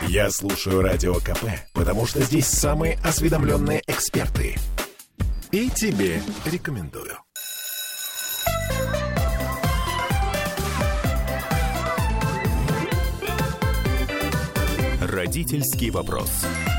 Я слушаю Радио КП, потому что здесь самые осведомленные эксперты. И тебе рекомендую. Родительский вопрос.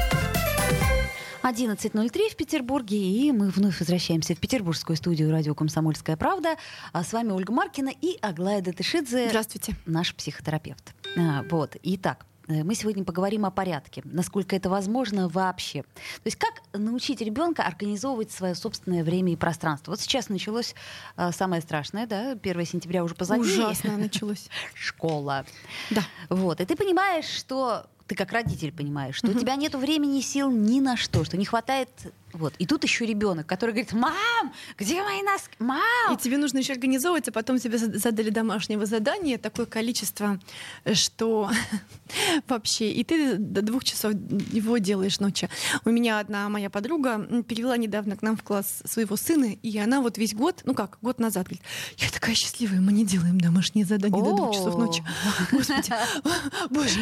11:03 в Петербурге, и мы вновь возвращаемся в петербургскую студию радио «Комсомольская правда». С вами Ольга Маркина и Аглая Датышидзе. Здравствуйте. Наш психотерапевт. Итак, мы сегодня поговорим о порядке, насколько это возможно вообще. То есть как научить ребенка организовывать свое собственное время и пространство. Вот сейчас началось самое страшное, да, 1 сентября уже позади. Ужасно началось. Школа. Да. Вот, и ты понимаешь, что... Ты как родитель понимаешь, что у тебя нет времени и сил ни на что не хватает. Вот. И тут еще ребенок, который говорит: мам, где мои носки? Мам! И тебе нужно еще организовывать, а потом тебе задали домашнего задания такое количество, что вообще... И ты до 2 часов его делаешь ночью. У меня одна моя подруга перевела недавно к нам в класс своего сына, и она вот весь год, год назад, говорит: я такая счастливая, мы не делаем домашние задания до 2 часов ночи. Господи, боже.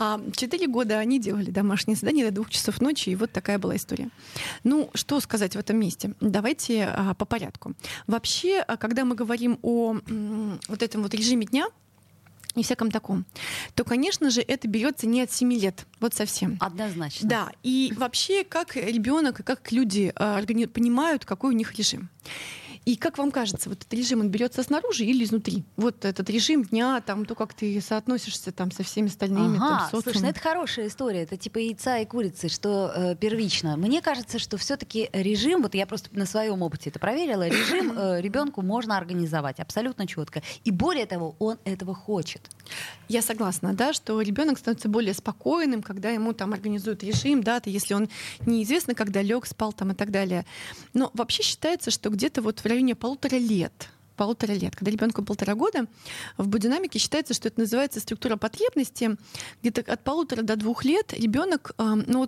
4 года они делали домашние задания до 2 часов ночи, и вот такая была история. Ну, что сказать в этом месте? Давайте по порядку. Вообще, когда мы говорим о вот этом вот режиме дня и всяком таком, то, конечно же, это берется не от 7 лет, вот совсем. Однозначно. Да, и вообще, как ребенок и как люди понимают, какой у них режим. И как вам кажется, вот этот режим, он берется снаружи или изнутри? Вот этот режим дня, там, то, как ты соотносишься там со всеми остальными, там, социумом. Слушай, ну это хорошая история. Это типа яйца и курицы, что первично. Мне кажется, что все-таки режим, вот я просто на своем опыте это проверила, режим ребенку можно организовать абсолютно четко. И более того, он этого хочет. Я согласна, да, что ребенок становится более спокойным, когда ему там организуют режим, да, если он неизвестно, когда лег, спал там и так далее. Но вообще считается, что где-то вот в районе 1,5 лет, когда ребенку 1,5 года, в бодинамике считается, что это называется структура потребности. Где-то от 1,5 до 2 лет ребенок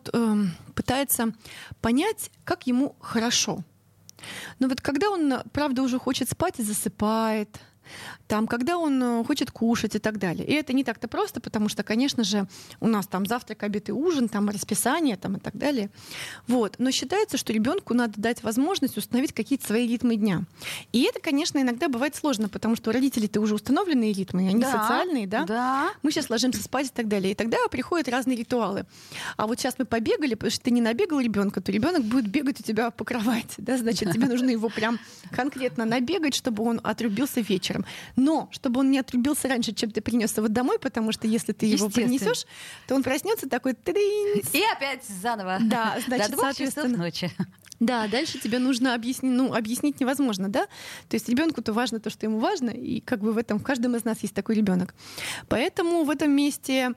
пытается понять, как ему хорошо. Но вот когда он, правда, уже хочет спать и засыпает, там, когда он хочет кушать и так далее. И это не так-то просто, потому что, конечно же, у нас там завтрак, обед и ужин, там расписание там, и так далее. Вот. Но считается, что ребенку надо дать возможность установить какие-то свои ритмы дня. И это, конечно, иногда бывает сложно, потому что у родителей-то уже установленные ритмы, они социальные, да? Да. Мы сейчас ложимся спать и так далее. И тогда приходят разные ритуалы. А вот сейчас мы побегали, потому что ты не набегал ребенка, то ребенок будет бегать у тебя по кровати. Да? Значит, тебе нужно его прям конкретно набегать, чтобы он отрубился вечером. Но чтобы он не отрубился раньше, чем ты принес его домой, потому что если ты его принесешь, то он проснется такой тырынь. И опять заново. Да, значит, до 2 часов ночи. Да, дальше тебе нужно объяснить невозможно, да? То есть ребенку-то важно то, что ему важно, и как бы в каждом из нас есть такой ребенок. Поэтому в этом месте,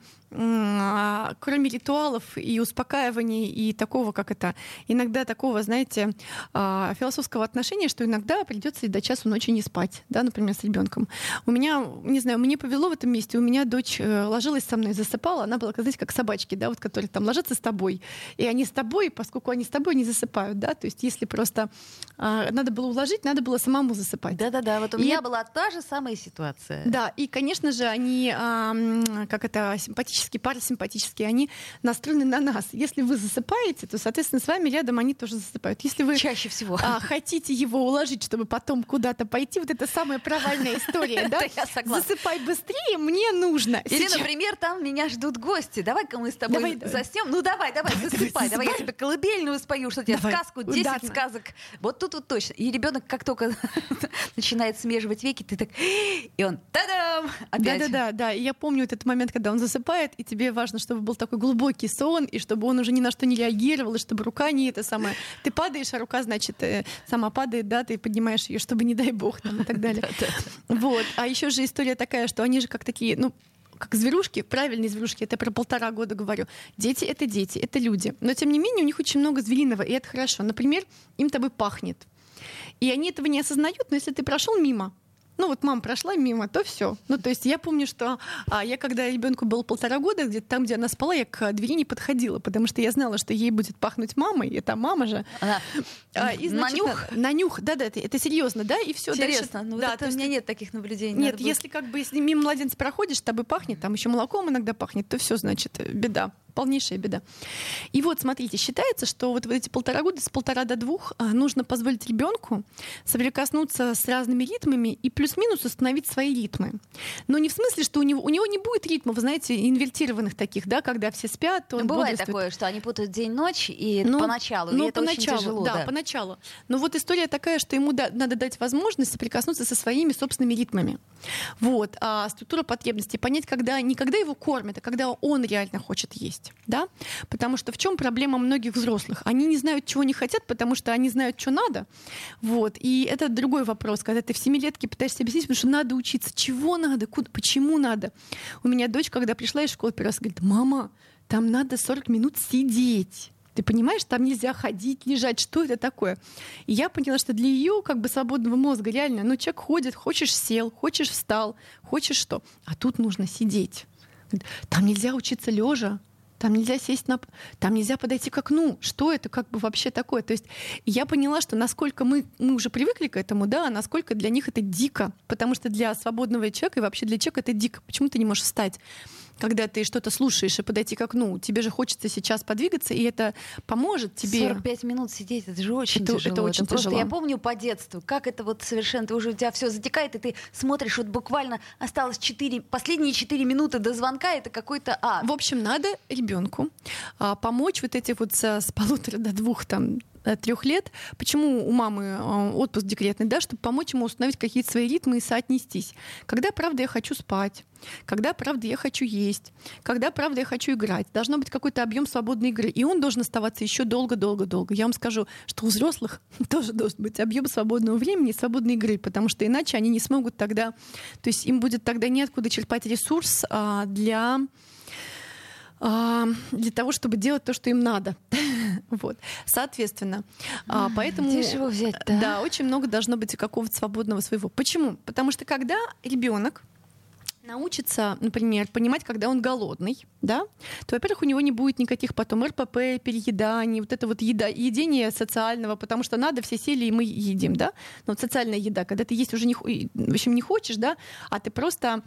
кроме ритуалов и успокаиваний, и такого, иногда такого, знаете, философского отношения, что иногда придется и до часу ночи не спать, да, например, с ребенком. У меня, не знаю, мне повезло в этом месте, у меня дочь ложилась со мной, засыпала, она была, знаете, как собачки, да, вот, которые там ложатся с тобой, и они с тобой, поскольку они с тобой, не засыпают, да, то есть если просто надо было уложить, надо было самому засыпать. Да-да-да, вот у меня была та же самая ситуация. Да, и, конечно же, они, симпатические, парасимпатические, они настроены на нас. Если вы засыпаете, то, соответственно, с вами рядом они тоже засыпают. Если вы чаще всего хотите его уложить, чтобы потом куда-то пойти, вот это самая провальная история, да? Засыпай быстрее, мне нужно. Или, например, там меня ждут гости. Давай-ка мы с тобой заснем. Ну давай, засыпай. Давай я тебе колыбельную спою, что тебе сказку, 10 сказок. Вот тут вот точно. И ребенок как только начинает смеживать веки, ты так... И он та-дам! Опять. Да. И я помню этот момент, когда он засыпает, и тебе важно, чтобы был такой глубокий сон, и чтобы он уже ни на что не реагировал, и чтобы рука не это самое... Ты падаешь, а рука, значит, сама падает, да, ты поднимаешь ее, чтобы не дай бог нам и так далее. Вот. А еще же история такая, что они же как такие, как зверушки, правильные зверушки, это про 1,5 года говорю. Дети, это люди. Но, тем не менее, у них очень много звериного, и это хорошо. Например, им тобой пахнет. И они этого не осознают, но если ты прошел мимо, мама прошла мимо, то все. То есть я помню, что я, когда ребенку было 1,5 года, где-то там, где она спала, я к двери не подходила, потому что я знала, что ей будет пахнуть мамой, это мама же. На нюх, да, это серьезно, да, и все. Интересно, у меня нет таких наблюдений. Нет, если мимо младенца проходишь, тобой пахнет, там еще молоком иногда пахнет, то все, значит, беда. полнейшая беда. И вот, смотрите, считается, что вот в эти 1,5 года, с 1,5 до 2, нужно позволить ребенку соприкоснуться с разными ритмами и плюс-минус установить свои ритмы. Но не в смысле, что у него не будет ритмов, вы знаете, инвертированных таких, да, когда все спят, то он бывает бодрствует. Такое, что они путают день-ночь и поначалу, и это очень тяжело. Да, поначалу. Но вот история такая, что ему надо дать возможность соприкоснуться со своими собственными ритмами. Вот. А структура потребностей, понять, не когда его кормят, а когда он реально хочет есть. Да? Потому что в чем проблема многих взрослых? Они не знают, чего не хотят, потому что они знают, что надо. Вот. И это другой вопрос, когда ты в 7-летке пытаешься объяснить, потому что надо учиться. Чего надо? Почему надо? У меня дочь, когда пришла из школы, первый раз говорит: мама, там надо 40 минут сидеть. Ты понимаешь, там нельзя ходить, лежать. Что это такое? И я поняла, что для ее свободного мозга реально, человек ходит, хочешь сел, хочешь встал, хочешь что. А тут нужно сидеть. Там нельзя учиться лежа. Там нельзя сесть там нельзя подойти к окну. Что это вообще такое? То есть я поняла, что насколько мы уже привыкли к этому, да, а насколько для них это дико. Потому что для свободного человека и вообще для человека это дико. Почему ты не можешь встать, когда ты что-то слушаешь, и подойти к окну? Тебе же хочется сейчас подвигаться, и это поможет тебе. 45 минут сидеть, это же очень тяжело. Это очень тяжело. Я помню по детству, как это совершенно, у тебя все затекает, и ты смотришь, буквально осталось последние 4 минуты до звонка, это какой-то ад. В общем, надо ребенку помочь с 1,5 до 2, 3 лет. Почему у мамы отпуск декретный, да, чтобы помочь ему установить какие-то свои ритмы и соотнестись. Когда, правда, я хочу спать, когда, правда, я хочу есть, когда, правда, я хочу играть. Должно быть какой-то объем свободной игры. И он должен оставаться еще долго-долго-долго. Я вам скажу, что у взрослых тоже должен быть объем свободного времени и свободной игры, потому что иначе они не смогут тогда... То есть им будет тогда неоткуда черпать ресурс для того, чтобы делать то, что им надо. Вот. Соответственно, поэтому... Где же его взять-то? Да, очень много должно быть какого-то свободного своего. Почему? Потому что когда ребенок научится, например, понимать, когда он голодный, да, то, во-первых, у него не будет никаких потом РПП, перееданий, едения социального, потому что надо, все сели, и мы едим, да. Но социальная еда, когда ты есть уже не хочешь, да, а ты просто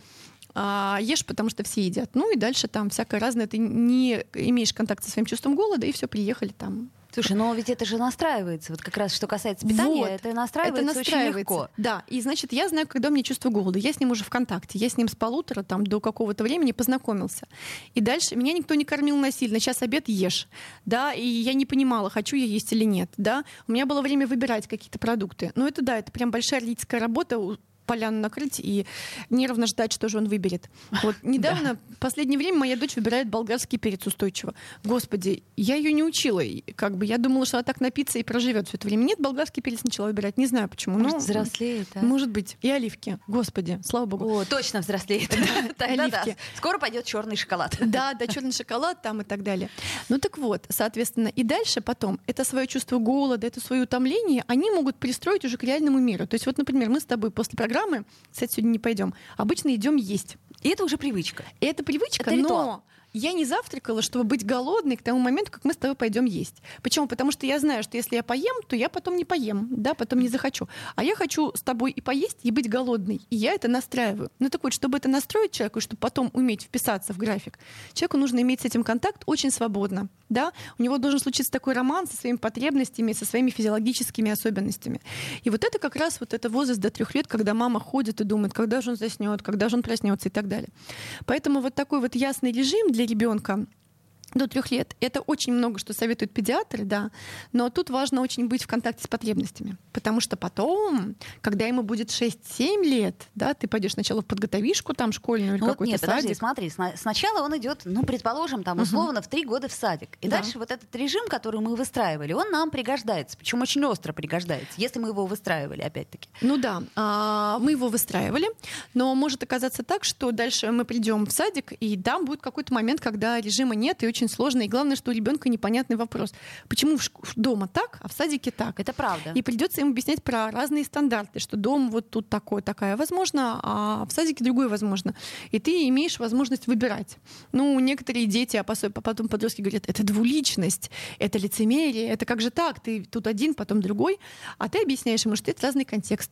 ешь, потому что все едят. Ну и дальше там всякое разное. Ты не имеешь контакт со своим чувством голода, и все, приехали там. Слушай, но ведь это же настраивается. Как раз что касается питания, это настраивается очень легко. Да, и значит, я знаю, когда у меня чувство голода. Я с ним уже в контакте. Я с ним с 1,5 до какого-то времени познакомился. И дальше меня никто не кормил насильно. Сейчас обед ешь. Да, и я не понимала, хочу я есть или нет. Да, у меня было время выбирать какие-то продукты. Но это прям большая родительская работа, поляну накрыть и нервно ждать, что же он выберет. Вот недавно, в последнее время, моя дочь выбирает болгарский перец устойчиво. Господи, я ее не учила. Я думала, что она так напится и проживет все это время. Нет, болгарский перец начала выбирать. Не знаю почему. Может, взрослеет, а? Может быть. И оливки. Господи, слава богу. О, точно взрослеет. Оливки. Скоро пойдет черный шоколад. Да, черный шоколад там и так далее. Ну так вот, соответственно, и дальше потом это свое чувство голода, это свое утомление, они могут пристроить уже к реальному миру. То есть вот, например, мы с тобой после программы, кстати, сегодня не пойдем, обычно идем есть. И это уже привычка. Это привычка, но я не завтракала, чтобы быть голодной к тому моменту, как мы с тобой пойдем есть. Почему? Потому что я знаю, что если я поем, то я потом не поем, да, потом не захочу. А я хочу с тобой и поесть, и быть голодной. И я это настраиваю. Ну так вот, чтобы это настроить человеку, чтобы потом уметь вписаться в график, человеку нужно иметь с этим контакт очень свободно. Да? У него должен случиться такой роман со своими потребностями, со своими физиологическими особенностями. И вот это как раз это возраст до 3 лет, когда мама ходит и думает, когда же он заснет, когда же он проснется и так далее. Поэтому вот такой вот ясный режим для ребенка до 3 лет. Это очень много, что советуют педиатры, да, но тут важно очень быть в контакте с потребностями, потому что потом, когда ему будет 6-7 лет, да, ты пойдешь сначала в подготовишку там школьную или какой-то садик. Подожди, смотри, сначала он идет, предположим, там условно в 3 года в садик, и дальше вот этот режим, который мы выстраивали, он нам пригождается, причем очень остро пригождается, если мы его выстраивали, опять-таки. Ну да, мы его выстраивали, но может оказаться так, что дальше мы придем в садик, и там будет какой-то момент, когда режима нет, и очень сложно. И главное, что у ребенка непонятный вопрос. Почему дома так, а в садике так? Это правда. И придется им объяснять про разные стандарты, что дом вот тут такая возможно, а в садике другое возможно. И ты имеешь возможность выбирать. Ну, некоторые дети, а потом подростки говорят, это двуличность, это лицемерие, это как же так? Ты тут один, потом другой. А ты объясняешь ему, что это разные контексты.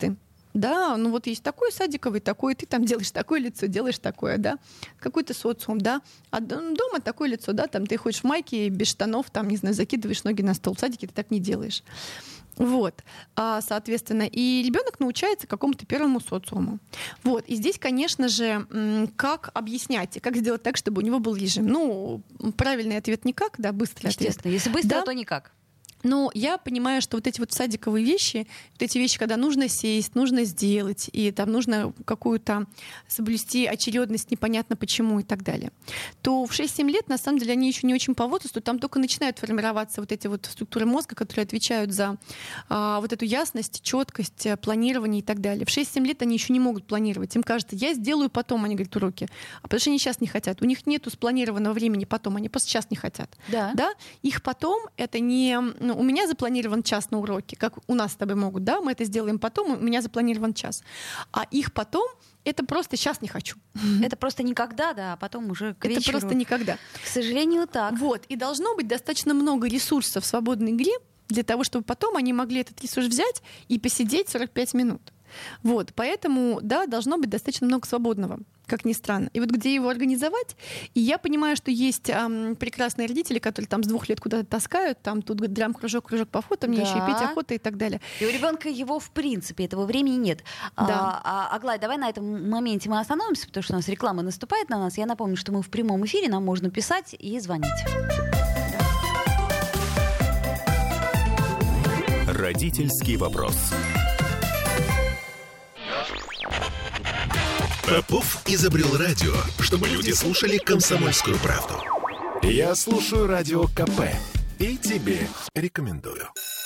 Да, ну вот есть такой садиковый, такой, ты там делаешь такое лицо, делаешь такое, да, какой-то социум, да, а дома такое лицо, да, там ты ходишь в майке без штанов, там, не знаю, закидываешь ноги на стол, в садике ты так не делаешь. Вот, соответственно, и ребенок научается какому-то первому социуму. Вот, и здесь, конечно же, как объяснять, как сделать так, чтобы у него был режим. Ну, правильный ответ никак, да, быстрый ответ. Естественно, если быстро, да? то никак. Но я понимаю, что вот эти вот садиковые вещи, вот эти вещи, когда нужно сесть, нужно сделать, и там нужно какую-то соблюсти очередность, непонятно почему и так далее, то в 6-7 лет, на самом деле, они еще не очень по возрасту, там только начинают формироваться вот эти вот структуры мозга, которые отвечают за вот эту ясность, четкость, планирование и так далее. В 6-7 лет они еще не могут планировать. Им кажется, я сделаю потом, они говорят, уроки. А потому что они сейчас не хотят. У них нету спланированного времени потом, они просто сейчас не хотят. Да. Да? Их потом это не... у меня запланирован час на уроке, как у нас с тобой могут, да, мы это сделаем потом, у меня запланирован час. А их потом это просто сейчас не хочу. Это просто никогда, да, а потом уже к вечеру. Это просто никогда. К сожалению, так. Вот, и должно быть достаточно много ресурсов в свободной игре для того, чтобы потом они могли этот ресурс взять и посидеть 45 минут. Вот, поэтому, да, должно быть достаточно много свободного, как ни странно. И вот где его организовать? И я понимаю, что есть прекрасные родители, которые там с 2 лет куда-то таскают, там тут драм-кружок, кружок по фото, мне еще и петь охота и так далее. И у ребенка его, в принципе, этого времени нет. Да. Аглая, давай на этом моменте мы остановимся, потому что у нас реклама наступает на нас. Я напомню, что мы в прямом эфире, нам можно писать и звонить. Родительский вопрос. Попов изобрел радио, чтобы люди слушали «Комсомольскую правду». Я слушаю Радио КП и тебе рекомендую.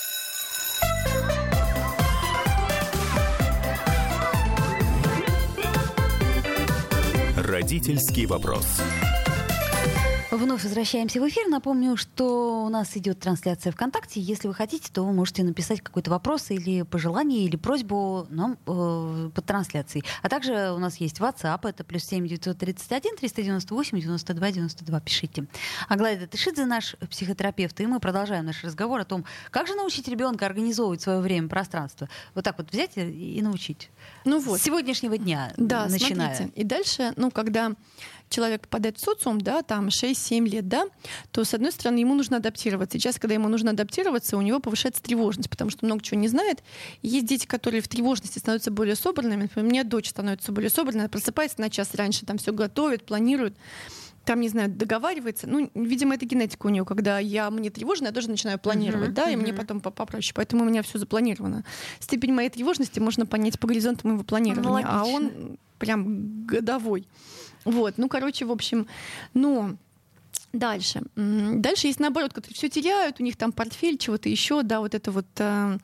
Родительский вопрос. Вновь возвращаемся в эфир. Напомню, что у нас идет трансляция ВКонтакте. Если вы хотите, то вы можете написать какой-то вопрос или пожелание, или просьбу нам под трансляцией. А также у нас есть WhatsApp, это +7 931 398 92 92. Пишите. Аглая Датышидзе, наш психотерапевт, и мы продолжаем наш разговор о том, как же научить ребенка организовывать свое время, пространство. Вот так вот взять и научить. Ну вот. С сегодняшнего дня, да, начиная. Смотрите. И дальше, когда человек попадает в социум, да, там 6-7 лет, да, то, с одной стороны, ему нужно адаптироваться. И часто, когда ему нужно адаптироваться, у него повышается тревожность, потому что много чего не знает. И есть дети, которые в тревожности становятся более собранными. Например, у меня дочь становится более собранной, она просыпается на час раньше, там все готовит, планирует, там, не знаю, договаривается. Ну, видимо, это генетика у нее, когда мне тревожно, я тоже начинаю планировать, да, и мне потом попроще. Поэтому у меня все запланировано. Степень моей тревожности можно понять по горизонту моего планирования, а он прям годовой. Вот, в общем, дальше. Дальше есть, наоборот, которые все теряют, у них там портфель, чего-то еще, да, вот это вот...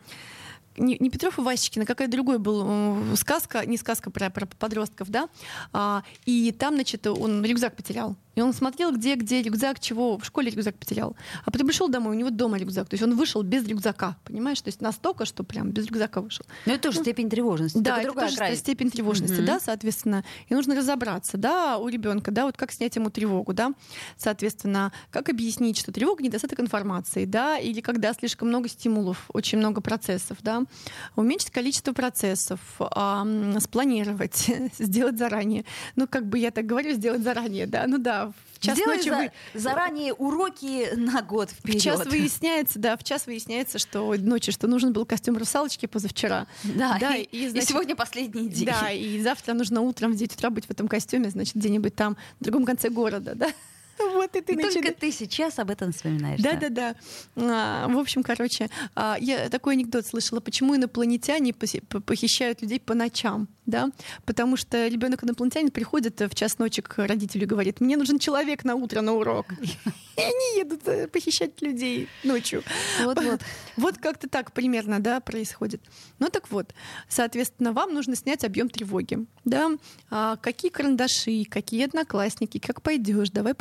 Не Петров и Васечкин, а какая-то другая была сказка, не сказка про подростков, да, и там, значит, он рюкзак потерял. И он смотрел, где рюкзак, чего, в школе рюкзак потерял. А потом пришел домой, у него дома рюкзак. То есть он вышел без рюкзака, понимаешь? То есть настолько, что прям без рюкзака вышел. Но это тоже степень тревожности. Да, это тоже степень тревожности, да, соответственно. И нужно разобраться, да, у ребенка, да, вот как снять ему тревогу, да, соответственно, как объяснить, что тревога — недостаток информации, да, или когда слишком много стимулов, очень много процессов, да, уменьшить количество процессов, спланировать, сделать заранее. Я так говорю, сделать заранее, да, в час ночи заранее уроки на год вперед. В час выясняется, что ночью, что нужен был костюм русалочки позавчера. Да, и сегодня последний день. Да, и завтра нужно утром в 9 утра быть в этом костюме, значит, где-нибудь там, в другом конце города, да. Вот, и только ты сейчас об этом вспоминаешь. Да. В общем, я такой анекдот слышала, почему инопланетяне похищают людей по ночам. Да? Потому что ребенок-инопланетянин приходит в час ночи к родителю и говорит: мне нужен человек на утро на урок. И они едут похищать людей ночью. Вот как-то так примерно, да, происходит. Так вот, соответственно, вам нужно снять объем тревоги. Да? Какие карандаши, какие одноклассники, как пойдешь, давай пройдем,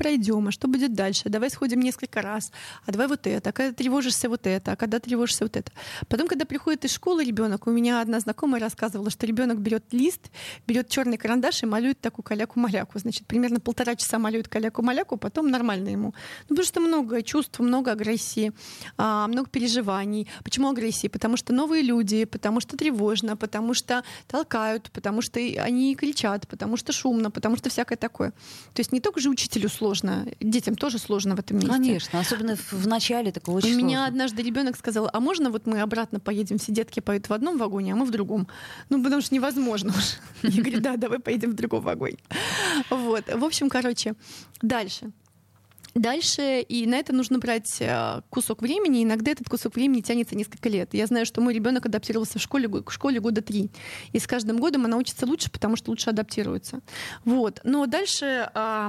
а что будет дальше, давай сходим несколько раз, а давай вот это, а когда тревожишься вот это, а когда тревожишься вот это. Потом, когда приходит из школы ребенок, у меня одна знакомая рассказывала, что ребенок берет лист, берет черный карандаш и малюет такую каляку-маляку. Значит, примерно 1,5 часа малюет каляку-маляку, потом нормально ему. Ну, потому что много чувств, много агрессии, много переживаний. Почему агрессии? Потому что новые люди, потому что тревожно, потому что толкают, потому что они кричат, потому что шумно, потому что всякое такое. То есть не только же учителю сложно, детям тоже сложно в этом месте. Конечно, особенно в начале такого очень сложно. У меня однажды ребенок сказал, а можно вот мы обратно поедем, все детки поедут в одном вагоне, а мы в другом? Ну, потому что невозможно уже. Я говорю, да, давай поедем в другой вагон. Вот. В общем, короче, дальше, и на это нужно брать кусок времени. Иногда этот кусок времени тянется несколько лет. Я знаю, что мой ребенок адаптировался к школе года 3. И с каждым годом она учится лучше, потому что лучше адаптируется. Вот. Но дальше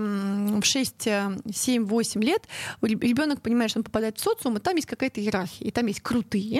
в 6, 7, 8 лет ребенок понимает, что он попадает в социум, и там есть какая-то иерархия. И там есть крутые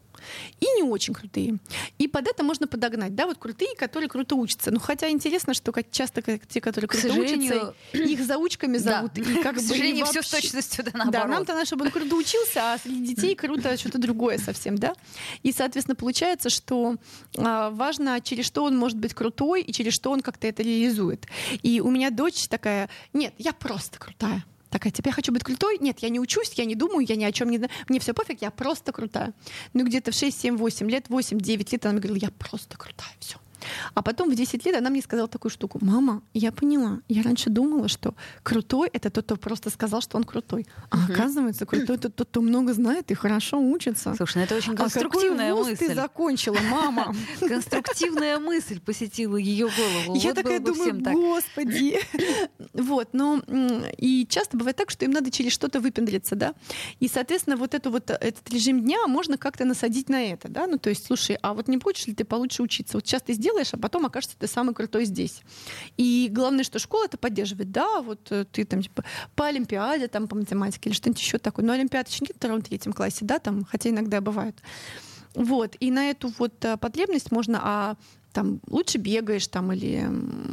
и не очень крутые. И под это можно подогнать, да, вот крутые, которые круто учатся. Ну, хотя интересно, что часто те, которые круто учатся, их заучками зовут. Да. И как к сожалению, все с точностью наоборот. Да, нам-то надо, чтобы он круто учился, а среди детей круто что-то другое совсем, да. И, соответственно, получается, что важно, через что он может быть крутой и через что он как-то это реализует. И у меня дочь такая, нет, я просто крутая. Такая, типа, я хочу быть крутой. Нет, я не учусь, я не думаю, я ни о чем не знаю. Мне все пофиг, я просто крутая. Ну, где-то в 6, 7, 8 лет, 8, 9 лет она мне говорила, я просто крутая, все. А потом в 10 лет она мне сказала такую штуку. Мама, я поняла. Я раньше думала, что крутой — это тот, кто просто сказал, что он крутой. А оказывается, крутой — это тот, кто много знает и хорошо учится. Слушай, ну это очень конструктивная мысль. Ты закончила, мама? Конструктивная мысль посетила ее голову. Я такая думаю, господи. Вот, но и часто бывает так, что им надо через что-то выпендриться, да. И, соответственно, вот этот режим дня можно как-то насадить на это, да. Ну, то есть, слушай, а вот не хочешь ли ты получше учиться? Вот сейчас ты сделаешь, а потом окажется, ты самый крутой здесь. И главное, что школа это поддерживает. Да, вот ты там типа по олимпиаде, там, по математике или что-нибудь еще такое. Но олимпиад еще нет в 2-3 классе, да, там, хотя иногда бывают. Вот. И на эту вот потребность можно, там лучше бегаешь там, или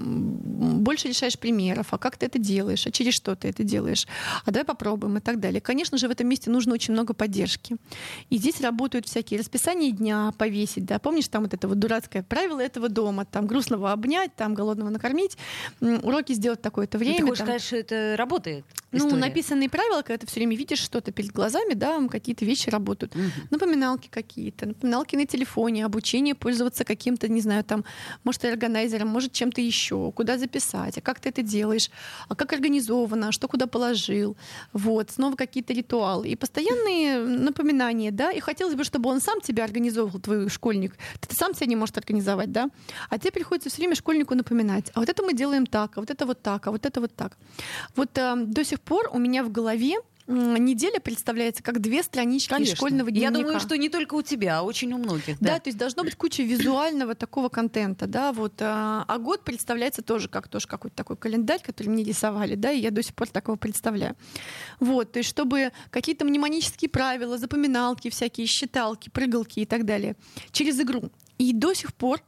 больше решаешь примеров, а как ты это делаешь, а через что ты это делаешь, а давай попробуем и так далее. Конечно же, в этом месте нужно очень много поддержки. И здесь работают всякие расписания дня повесить, да, помнишь, там вот это вот дурацкое правило этого дома, там грустного обнять, там голодного накормить, уроки сделать такое-то время. Ты хочешь сказать, что это работает? Ну, написанные правила, когда ты все время видишь что-то перед глазами, да, какие-то вещи работают. Напоминалки какие-то, напоминалки на телефоне, обучение пользоваться каким-то, не знаю, там, может, органайзером, может, чем-то еще, куда записать, а как ты это делаешь, а как организовано, что куда положил, вот, снова какие-то ритуалы. И постоянные напоминания, да, и хотелось бы, чтобы он сам тебя организовывал, твой школьник. Ты сам себя не можешь организовать, да, а тебе приходится все время школьнику напоминать, а вот это мы делаем так, а вот это вот так, а вот это вот так. Вот до сих пор у меня в голове неделя представляется как 2 странички Конечно. Школьного дневника. Я думаю, что не только у тебя, а очень у многих. Да, то есть должно быть куча визуального такого контента, да, вот. А год представляется тоже как какой-то такой календарь, который мне рисовали, да, и я до сих пор такого представляю. Вот, то есть чтобы какие-то мнемонические правила, запоминалки всякие, считалки, прыгалки и так далее через игру. И до сих пор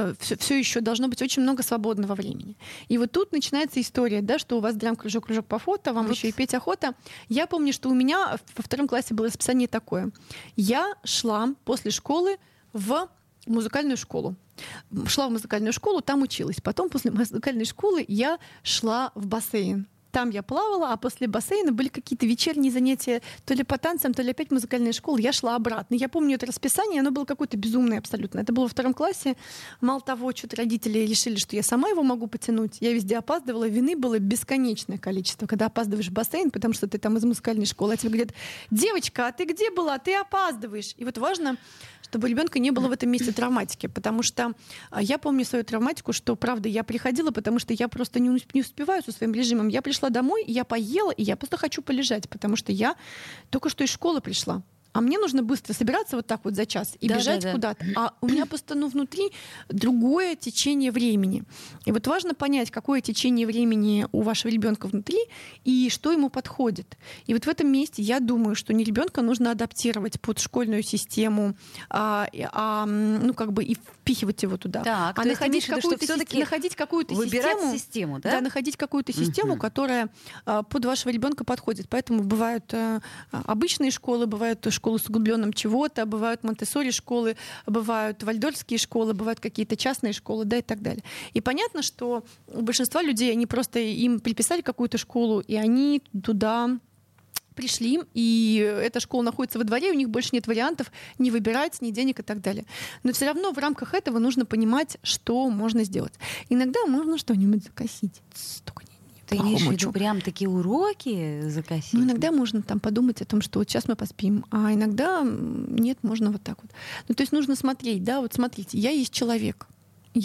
все еще должно быть очень много свободного времени. И вот тут начинается история, да, что у вас драм-кружок по фото, вам еще и петь охота. Я помню, что у меня во 2 классе было расписание такое. Я шла после школы в музыкальную школу. Шла в музыкальную школу, там училась. Потом после музыкальной школы я шла в бассейн. Там я плавала, а после бассейна были какие-то вечерние занятия то ли по танцам, то ли опять музыкальная школа. Я шла обратно. Я помню это расписание, оно было какое-то безумное абсолютно. Это было во 2 классе. Мало того, что-то родители решили, что я сама его могу потянуть. Я везде опаздывала. Вины было бесконечное количество, когда опаздываешь в бассейн, потому что ты там из музыкальной школы. А тебе говорят: девочка, а ты где была? Ты опаздываешь. И вот важно, чтобы у ребенка не было в этом месте травматики, потому что я помню свою травматику, что, правда, я приходила, потому что я просто не успеваю со своим режимом. Я пришла домой, я поела, и я просто хочу полежать, потому что я только что из школы пришла. а мне нужно быстро собираться вот так вот за час и бежать куда-то. А у меня просто внутри другое течение времени. И вот важно понять, какое течение времени у вашего ребенка внутри и что ему подходит. И вот в этом месте я думаю, что не ребенка нужно адаптировать под школьную систему, ну как бы и впихивать его туда, так, находить какую-то систему, да? Да, находить какую-то систему, которая под вашего ребенка подходит. Поэтому бывают обычные школы, бывают школы с углубленным чего-то, бывают Монтессори школы, бывают вальдорфские школы, бывают какие-то частные школы, да, и так далее. И понятно, что у большинства людей, они просто им приписали какую-то школу, и они туда пришли, и эта школа находится во дворе, у них больше нет вариантов ни выбирать, ни денег и так далее. Но все равно в рамках этого нужно понимать, что можно сделать. Иногда можно что-нибудь закосить. Только ты имеешь в виду прям такие уроки закосить? Ну, иногда можно там подумать о том, что вот сейчас мы поспим, а иногда нет, можно вот так вот. Ну, то есть нужно смотреть, да, вот смотрите, я есть человек, и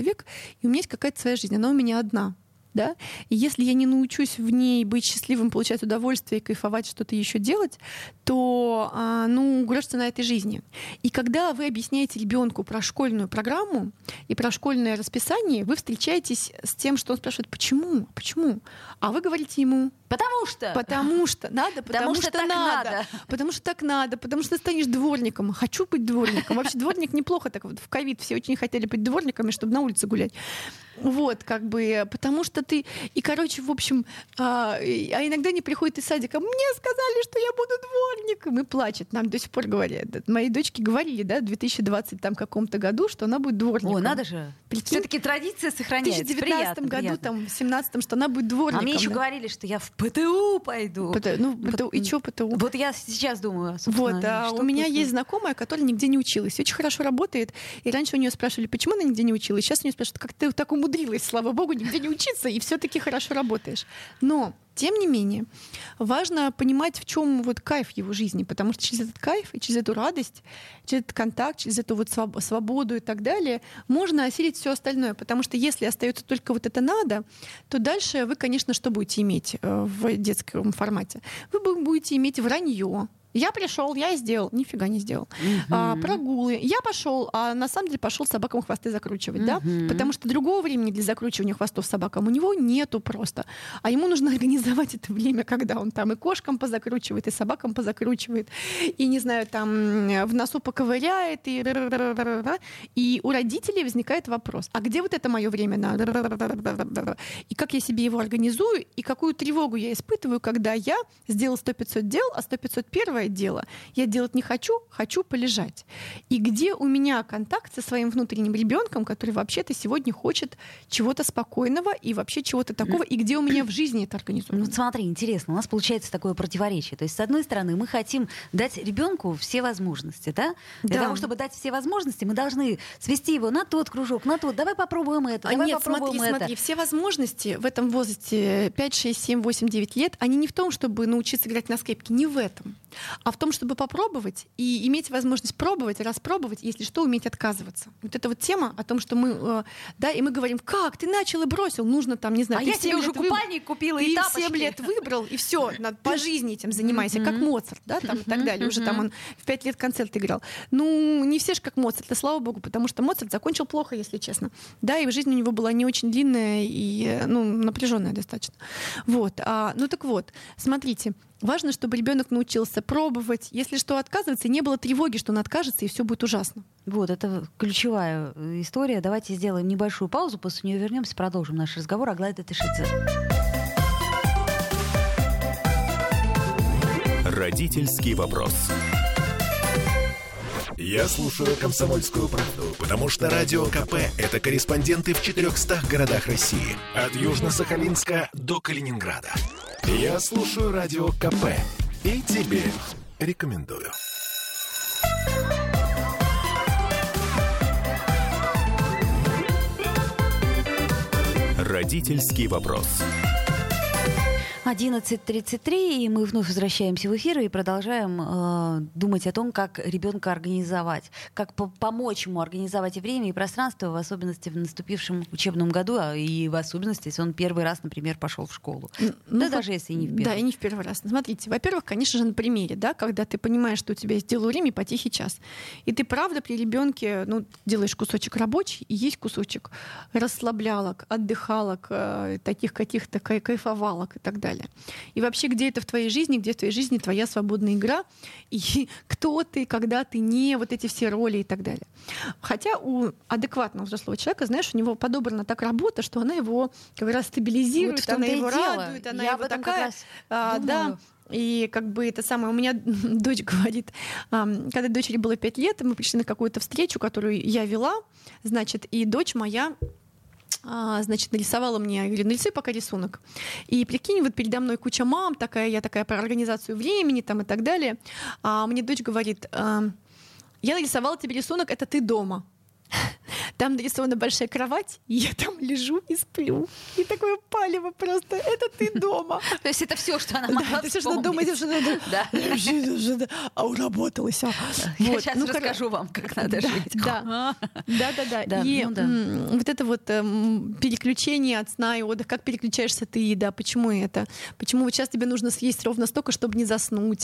у меня есть какая-то своя жизнь, она у меня одна. Да? И если я не научусь в ней быть счастливым, получать удовольствие, кайфовать, что-то еще делать, то грош цена этой жизни. И когда вы объясняете ребенку про школьную программу и про школьное расписание, вы встречаетесь с тем, что он спрашивает, почему? А вы говорите ему, потому что надо, потому что так надо, потому что так надо, потому что ты станешь дворником. Хочу быть дворником. Вообще дворник неплохо, так вот в ковид все очень хотели быть дворниками, чтобы на улице гулять. Вот, как бы, потому что ты... И, короче, в общем, иногда не приходит из садика, мне сказали, что я буду дворником, и плачет. Нам до сих пор говорят. Моей дочке говорили, да, в 2020 там каком-то году, что она будет дворником. Ой, надо же. Все-таки традиция сохраняется. В 2019 году, там, в 2017, что она будет дворником. А мне еще говорили, что я в ПТУ пойду. И что ПТУ? Вот я сейчас думаю, вот, у меня есть знакомая, которая нигде не училась. Очень хорошо работает. И раньше у нее спрашивали, почему она нигде не училась. Сейчас у нее спрашивают, как ты так умудрилась, слава богу, нигде не учиться, и все-таки хорошо работаешь. Но тем не менее, важно понимать, в чем вот кайф его жизни, потому что через этот кайф и через эту радость, через этот контакт, через эту вот свободу и так далее, можно осилить все остальное. Потому что если остается только вот это надо, то дальше вы, конечно, что будете иметь в детском формате? Вы будете иметь вранье. Я пришел, я сделал, нифига не сделал. Прогулы. Я пошел, а на самом деле пошел собакам хвосты закручивать, да? Потому что другого времени для закручивания хвостов собакам у него нету просто. А ему нужно организовать это время, когда он там и кошкам позакручивает, и собакам позакручивает, и, не знаю, там в носу поковыряет, и у родителей возникает вопрос, а где вот это мое время на... И как я себе его организую, и какую тревогу я испытываю, когда я сделал 100-500 дел, а 100-501 дело я делать не хочу, хочу полежать. И где у меня контакт со своим внутренним ребенком, который вообще-то сегодня хочет чего-то спокойного и вообще чего-то такого, и где у меня в жизни это организовано. Ну, смотри, интересно, у нас получается такое противоречие. То есть, с одной стороны, мы хотим дать ребенку все возможности, да? Для того, чтобы дать все возможности, мы должны свести его на тот кружок, на тот. Давай попробуем это, смотри, все возможности в этом возрасте 5, 6, 7, 8, 9 лет, они не в том, чтобы научиться играть на скрипке, не в этом. А в том, чтобы попробовать и иметь возможность пробовать, распробовать, если что, уметь отказываться. Вот эта вот тема о том, что мы, да, и мы говорим, как, ты начал и бросил, нужно там, не знаю, а я себе уже купальник купила и тапочки. Ты 7 лет выбрал, и все, по жизни этим занимайся, как Моцарт, да, там и так далее. Уже там он в 5 лет концерт играл. Ну, не все же как Моцарт, и слава богу, потому что Моцарт закончил плохо, если честно. Да, и жизнь у него была не очень длинная и, напряженная достаточно. Вот, ну так вот, смотрите, важно, чтобы ребенок научился пробовать. Если что, отказываться, и не было тревоги, что он откажется, и все будет ужасно. Вот, это ключевая история. Давайте сделаем небольшую паузу, после нее вернемся, продолжим наш разговор. Аглая Татышидзе. Родительский вопрос. Я слушаю «Комсомольскую правду», потому что Радио КП — это корреспонденты в 400 городах России. От Южно-Сахалинска до Калининграда. Я слушаю Радио КП и тебе рекомендую. Родительский вопрос. 11:33, и мы вновь возвращаемся в эфир и продолжаем думать о том, как ребенка организовать, как помочь ему организовать и время, и пространство, в особенности в наступившем учебном году, и в особенности, если он первый раз, например, пошел в школу. Даже если и не в первый. Да, и не в первый раз. Смотрите, во-первых, конечно же, на примере, да, когда ты понимаешь, что у тебя есть дело время по тихий час. И ты, правда, при ребенке делаешь кусочек рабочий, и есть кусочек расслаблялок, отдыхалок, таких каких-то кайфовалок и так далее. И вообще, где это в твоей жизни, где в твоей жизни твоя свободная игра, и кто ты, когда ты не, вот эти все роли и так далее. Хотя у адекватного взрослого человека, знаешь, у него подобрана так работа, что она его как раз стабилизирует, она его радует, она его такая... Да, и как бы это самое, у меня дочь говорит, когда дочери было 5 лет, мы пришли на какую-то встречу, которую я вела, значит, и дочь моя, значит, нарисовала мне, я говорю, нарисуй пока рисунок. И прикинь, вот передо мной куча мам, я такая про организацию времени там, и так далее. А мне дочь говорит, я нарисовала тебе рисунок, это ты дома. Там нарисована большая кровать, и я там лежу и сплю. И такое палево просто. Это ты дома. То есть это все, что она могла вспомнить. Это все, что дома, а уработалась. Я сейчас расскажу вам, как надо жить. Да. И вот это вот переключение от сна и отдыха, как переключаешься ты, да, почему это? Почему вот сейчас тебе нужно съесть ровно столько, чтобы не заснуть,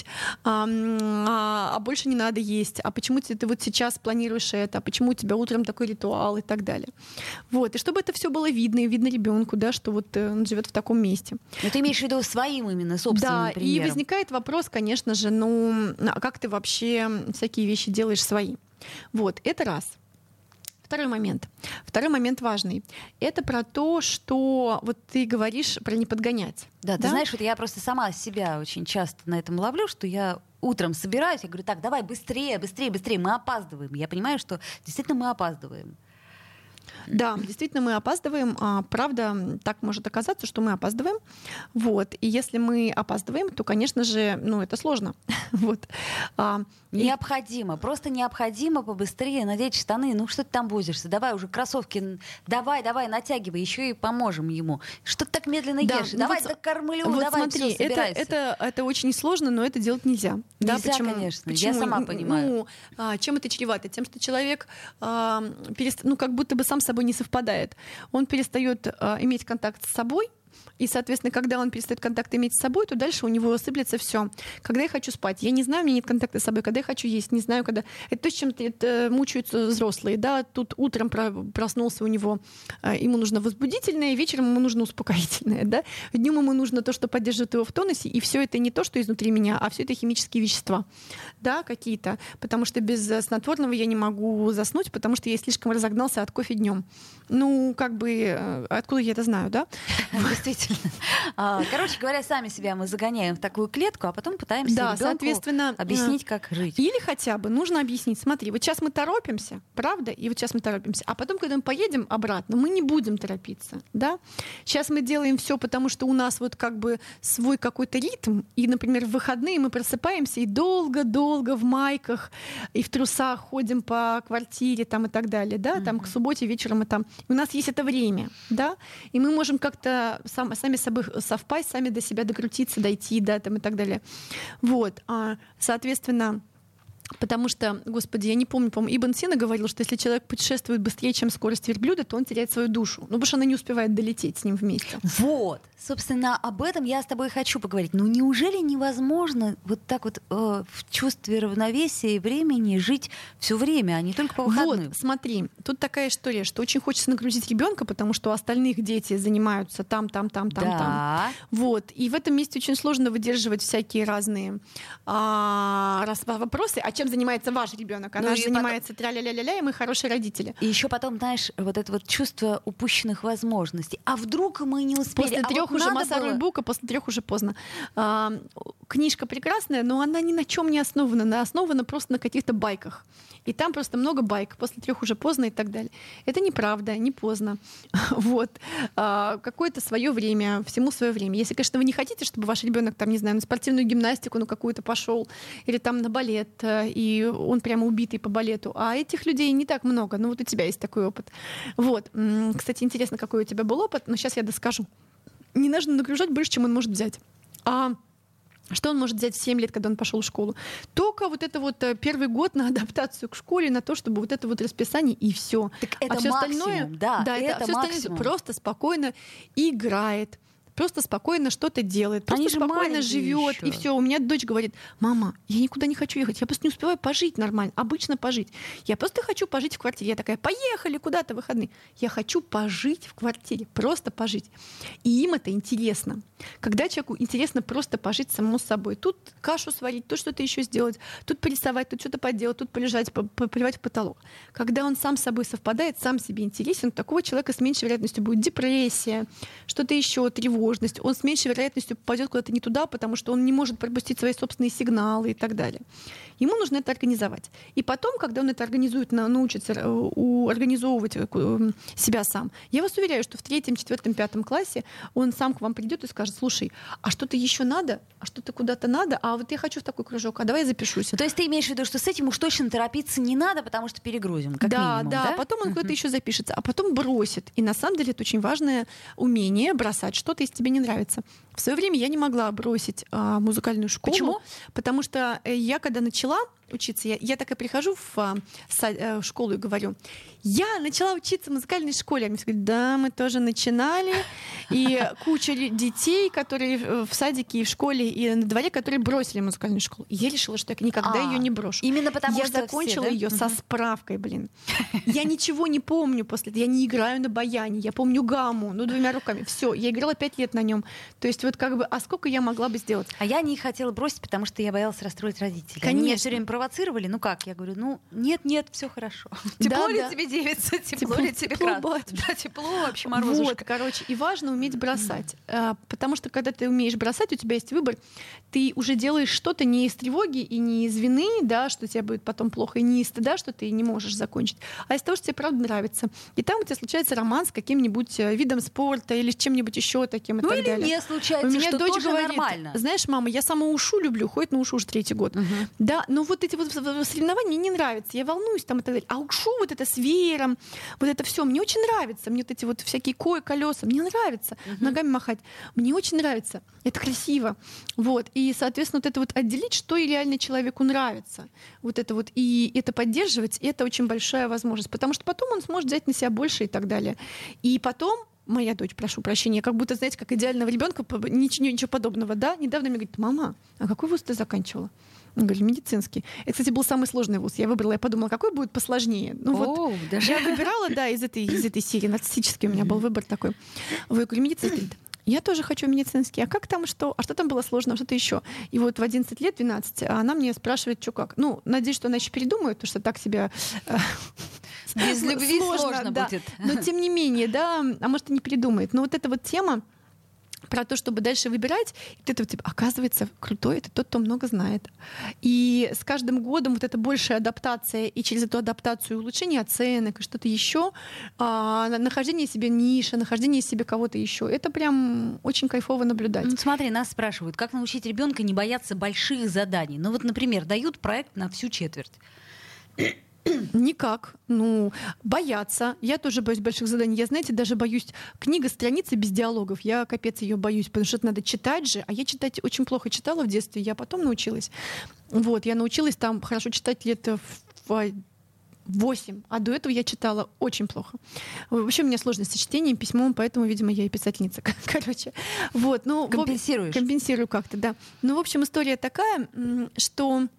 а больше не надо есть? А почему ты вот сейчас планируешь это? А почему у тебя утром такой ритуал и так далее. Вот. И чтобы это все было видно, и видно ребенку, да, что вот он живет в таком месте. Но ты имеешь в виду своим именно собственным примером. Да, и возникает вопрос, конечно же, а как ты вообще всякие вещи делаешь свои? Вот, это раз. Второй момент важный. Это про то, что вот ты говоришь про не подгонять. Да, ты знаешь, вот я просто сама себя очень часто на этом ловлю, что я утром собираюсь, я говорю, так, давай быстрее, мы опаздываем. Я понимаю, что действительно мы опаздываем. Да, действительно, мы опаздываем. Правда, так может оказаться, что мы опаздываем. Вот. И если мы опаздываем, то, конечно же, это сложно. Вот. Необходимо, просто необходимо побыстрее надеть штаны. Что ты там возишься? Давай уже кроссовки, давай, натягивай, еще и поможем ему. Что ты так медленно ешь? Давай докормлю, давай, смотри, все, собирайся. Это очень сложно, но это делать нельзя. Нельзя, да, конечно. Я сама понимаю. Чем это чревато? Тем, что человек как будто бы сам с собой не совпадает. Он перестает иметь контакт с собой, и, соответственно, когда он перестает контакт иметь с собой, то дальше у него сыплется все. Когда я хочу спать, я не знаю, у меня нет контакта с собой. Когда я хочу есть, не знаю, когда. Это то, с чем мучаются взрослые. Да? Тут утром проснулся у него, ему нужно возбудительное, вечером ему нужно успокоительное. Да? Днем ему нужно то, что поддерживает его в тонусе, и все это не то, что изнутри меня, а все это химические вещества, да, какие-то. Потому что без снотворного я не могу заснуть, потому что я слишком разогнался от кофе днем. Откуда я это знаю, да? Действительно. Короче говоря, сами себя мы загоняем в такую клетку, а потом пытаемся ребенку объяснить, как жить. Или хотя бы нужно объяснить. Смотри, вот сейчас мы торопимся, правда? И вот сейчас мы торопимся. А потом, когда мы поедем обратно, мы не будем торопиться. Да? Сейчас мы делаем все, потому что у нас вот как бы свой какой-то ритм. И, например, в выходные мы просыпаемся и долго-долго в майках и в трусах ходим по квартире там, и так далее. Да? Там, к субботе вечером у нас есть это время. Да? И мы можем как-то сами с собой совпасть, сами до себя докрутиться, дойти, да, там и так далее. Вот. Соответственно, потому что, господи, я не помню, по-моему, Ибн Сина говорил, что если человек путешествует быстрее, чем скорость верблюда, то он теряет свою душу. Потому что она не успевает долететь с ним вместе. Вот. Собственно, об этом я с тобой хочу поговорить. Неужели невозможно вот так вот в чувстве равновесия и времени жить все время, а не только по выходным? Вот, смотри, тут такая история, что очень хочется нагрузить ребенка, потому что у остальных дети занимаются там. Вот. И в этом месте очень сложно выдерживать всякие разные вопросы. А чем занимается ваш ребенок? Она же занимается тра-ля-ля-ля-ля, и мы хорошие родители. И еще потом, знаешь, вот это вот чувство упущенных возможностей. А вдруг мы не успели? После 3 уже Масару Бука, после 3 уже поздно. Книжка прекрасная, но она ни на чем не основана. Она основана просто на каких-то байках. И там просто много байк. После 3 уже поздно и так далее. Это неправда, не поздно. Вот. Какое-то свое время, всему свое время. Если, конечно, вы не хотите, чтобы ваш ребенок там, не знаю, на спортивную гимнастику, какую-то пошел, или там на балет, и он прямо убитый по балету. А этих людей не так много. Вот у тебя есть такой опыт. Вот. Кстати, интересно, какой у тебя был опыт, но сейчас я доскажу. не нужно нагружать больше, чем он может взять. А что он может взять в 7 лет, когда он пошел в школу? Только вот это вот первый год на адаптацию к школе, на то, чтобы вот это вот расписание и все. Так это а все максимум, остальное, да, это все остальное просто спокойно играет. Просто спокойно что-то делает, просто спокойно живет. И все. У меня дочь говорит: мама, я никуда не хочу ехать, я просто не успеваю пожить нормально, обычно пожить. Я просто хочу пожить в квартире. Я такая: поехали куда-то в выходные. Я хочу пожить в квартире, просто пожить. И им это интересно. Когда человеку интересно просто пожить само собой. Тут кашу сварить, тут что-то еще сделать, тут порисовать, тут что-то поделать, тут полежать, поплевать в потолок. Когда он сам с собой совпадает, сам себе интересен, у такого человека с меньшей вероятностью будет депрессия, что-то еще, тревожность. Он с меньшей вероятностью попадет куда-то не туда, потому что он не может пропустить свои собственные сигналы и так далее. Ему нужно это организовать. И потом, когда он это организует, научится организовывать себя сам, я вас уверяю, что в 3, 4, 5 классе он сам к вам придет и скажет: слушай, а что-то еще надо? А что-то куда-то надо? А вот я хочу в такой кружок, а давай я запишусь. То есть ты имеешь в виду, что с этим уж точно торопиться не надо, потому что перегрузим, как минимум, да? Потом он куда-то еще запишется, а потом бросит. И на самом деле это очень важное умение бросать что-то, если тебе не нравится. В свое время я не могла бросить музыкальную школу. Почему? Потому что я, когда начала учиться, я так и прихожу в школу и говорю: я начала учиться в музыкальной школе. Они говорят: да, мы тоже начинали. И куча детей, которые в садике и в школе, и на дворе, которые бросили музыкальную школу. И я решила, что я никогда ее не брошу. Именно потому я что закончила все, да? ее со справкой, блин. Я ничего не помню после этого. Я не играю на баяне, я помню гамму, 2 руками. Все, я играла 5 лет на нем. То есть вот как бы, а сколько я могла бы сделать? А я не хотела бросить, потому что я боялась расстроить родителей. Конечно. Они меня все время провоцировали. Ну как? Я говорю: нет, все хорошо. Тепло ли тебе, девица? Тепло ли тебе, крат? Да, тепло вообще, морозушка. Вот, короче, и важно уметь бросать. Потому что когда ты умеешь бросать, у тебя есть выбор. Ты уже делаешь что-то не из тревоги и не из вины, да, что тебе будет потом плохо, и не из стыда, что ты не можешь закончить, а из того, что тебе правда нравится. И там у тебя случается роман с каким-нибудь видом спорта или с чем-нибудь еще таким и так далее. Ну или не случается, у меня что дочь тоже говорит: нормально. знаешь, мама, я сама ушу люблю, ходит на ушу уже 3-й год. Да, но вот эти вот соревнования мне не нравятся, я волнуюсь там и так далее. А ушу вот это с веером, вот это все мне очень нравится. Мне вот эти вот всякие колеса, мне нравится. Ногами махать, мне очень нравится. Это красиво. Вот. И, соответственно, вот это вот отделить, что реально человеку нравится. Вот это вот, и это поддерживать, это очень большая возможность. Потому что потом он сможет взять на себя больше и так далее. И потом моя дочь, прошу прощения, как будто, знаете, как идеального ребенка, ничего подобного, да? Недавно мне говорит: мама, а какой вуз ты заканчивала? Я говорю: медицинский. Это, кстати, был самый сложный вуз. Я выбрала, я подумала, какой будет посложнее. Даже... Я выбирала, да, из этой серии. Нарциссический у меня был выбор такой. Я говорю: медицинский. Я тоже хочу медицинский. А как там что? А что там было сложно? Что-то еще? И вот в 11 лет, 12, она мне спрашивает, что как. Ну, надеюсь, что она еще передумает, потому что так себя... Без любви сложно будет. Но тем не менее, да, а может и не передумает. Но вот эта вот тема про то, чтобы дальше выбирать, и это вот, типа, оказывается, крутой — это тот, кто много знает. И с каждым годом вот эта большая адаптация, и через эту адаптацию улучшение оценок и что-то еще, нахождение себе ниши, нахождение себе кого-то еще, это прям очень кайфово наблюдать. Ну, смотри, нас спрашивают, как научить ребенка не бояться больших заданий. Ну вот, например, дают проект на всю четверть. Никак. Ну, бояться. Я тоже боюсь больших заданий. Я, знаете, даже боюсь книга страницы без диалогов. Я капец ее боюсь, потому что это надо читать же. А я читать очень плохо читала в детстве. Я потом научилась. Вот, я научилась там хорошо читать лет в 8, а до этого я читала очень плохо. Вообще у меня сложность с чтением, письмом, поэтому, видимо, я и писательница. Короче, вот. Ну, компенсируешь? Компенсирую как-то, да. Ну, в общем, история такая, что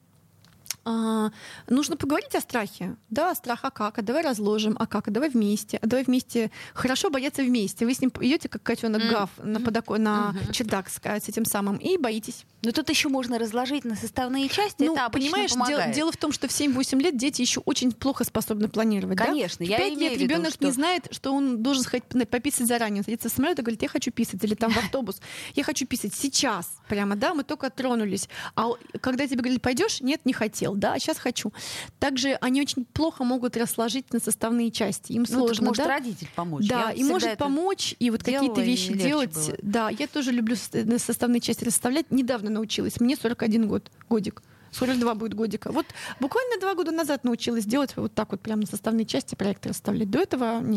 нужно поговорить о страхе. Да, страх, а как? А давай разложим. А как? А давай вместе. А давай вместе. Хорошо бояться вместе. Вы с ним идете, как котенок Гав, на чердак с этим самым, и боитесь. Но тут еще можно разложить на составные части. Ну, это обычно понимаешь, помогает. Дело в том, что в 7-8 лет дети еще очень плохо способны планировать. Конечно, да? я 5 лет ребенок не знает, что он должен пописать заранее. Он садится в самолет и говорит: я хочу писать. Или там в автобус: я хочу писать сейчас. Прямо, да, мы только тронулись. А когда тебе говорили: пойдешь? Нет, не хотел. Да, а сейчас хочу. Также они очень плохо могут расложить на составные части. Им сложно. Может, да? родитель помочь. Да, и может помочь, и вот какие-то вещи делать. Было. Да, я тоже люблю на составные части расставлять. Недавно научилась. Мне 41 годик. 42 будет годика. Вот буквально 2 года назад научилась делать вот так вот прямо на составные части проекты расставлять. До этого нет.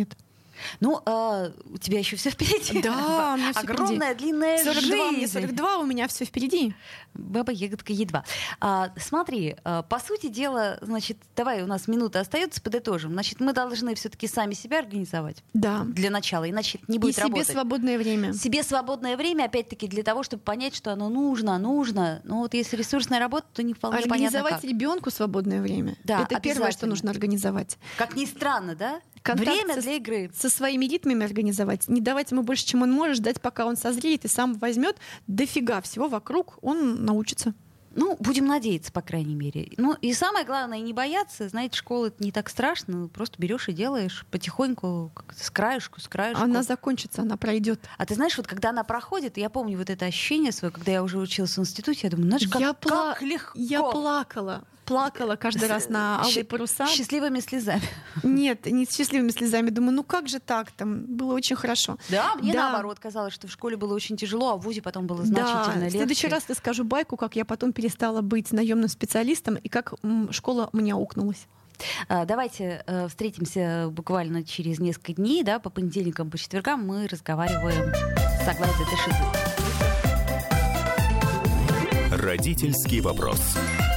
Ну, у тебя еще все впереди. Да, у меня все огромная, длинная 42, жизнь. мне 42, у меня все впереди. Баба ягодка едва. Смотри, по сути дела, значит, давай, у нас минута остается, подытожим. Значит, мы должны все-таки сами себя организовать. Да. Для начала, иначе это не будет работать. И себе свободное время. Себе свободное время, опять-таки, для того, чтобы понять, что оно нужно. Но вот если ресурсная работа, то не вполне понятно как. Организовать ребенку свободное время. Да, это первое, что нужно организовать. Как ни странно, да? Контакт время для игры. Со своими ритмами организовать. Не давать ему больше, чем он может, ждать, пока он созреет и сам возьмет дофига всего вокруг, он научится. Ну, будем надеяться, по крайней мере. Ну, и самое главное, не бояться. Знаете, школа — это не так страшно. Просто берешь и делаешь потихоньку, с краешку. Она закончится, она пройдет. А ты знаешь, вот когда она проходит, я помню вот это ощущение свое, когда я уже училась в институте, я думаю, знаешь, как легко. Я плакала каждый раз на алые паруса. С счастливыми слезами. Нет, не с счастливыми слезами. Думаю, ну как же так? Там было очень хорошо. Да, мне наоборот казалось, что в школе было очень тяжело, а в вузе потом было значительно легче. В следующий раз расскажу байку, как я потом перестала быть наемным специалистом и как школа у меня укнулась. Давайте встретимся буквально через несколько дней, да, по понедельникам, по четвергам мы разговариваем с Аглаей Датышидзе. Родительский вопрос.